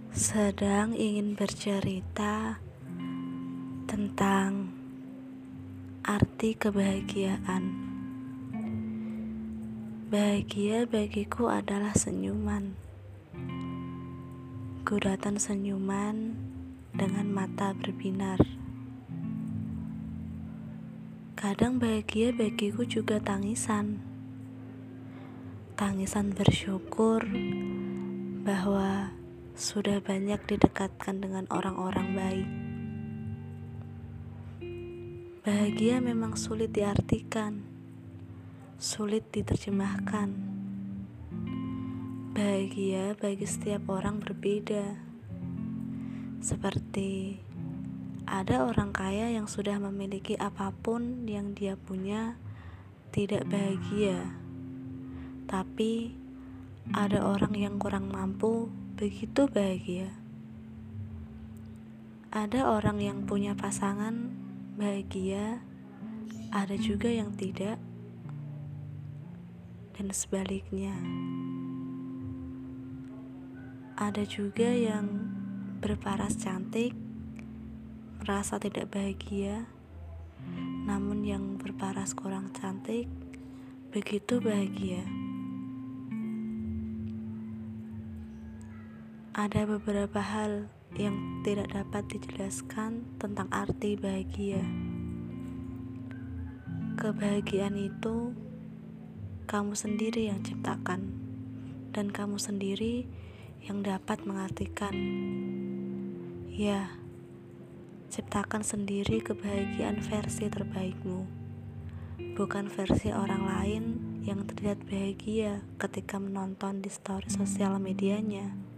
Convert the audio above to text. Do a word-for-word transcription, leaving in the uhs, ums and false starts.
Sedang ingin bercerita tentang arti kebahagiaan. Bahagia bagiku adalah senyuman, guratan senyuman dengan mata berbinar. Kadang bahagia bagiku juga tangisan, tangisan bersyukur bahwa sudah banyak didekatkan dengan orang-orang baik. Bahagia memang sulit diartikan, sulit diterjemahkan. Bahagia bagi setiap orang berbeda. Seperti ada orang kaya yang sudah memiliki apapun yang dia punya tidak bahagia. Tapi ada orang yang kurang mampu begitu bahagia. Ada orang yang punya pasangan bahagia, ada juga yang tidak, dan sebaliknya. Ada juga yang berparas cantik merasa tidak bahagia, namun yang berparas kurang cantik begitu bahagia. Ada beberapa hal yang tidak dapat dijelaskan tentang arti bahagia. Kebahagiaan itu kamu sendiri yang ciptakan, dan kamu sendiri yang dapat mengartikan. Ya, ciptakan sendiri kebahagiaan versi terbaikmu, bukan versi orang lain yang terlihat bahagia ketika menonton di story sosial medianya.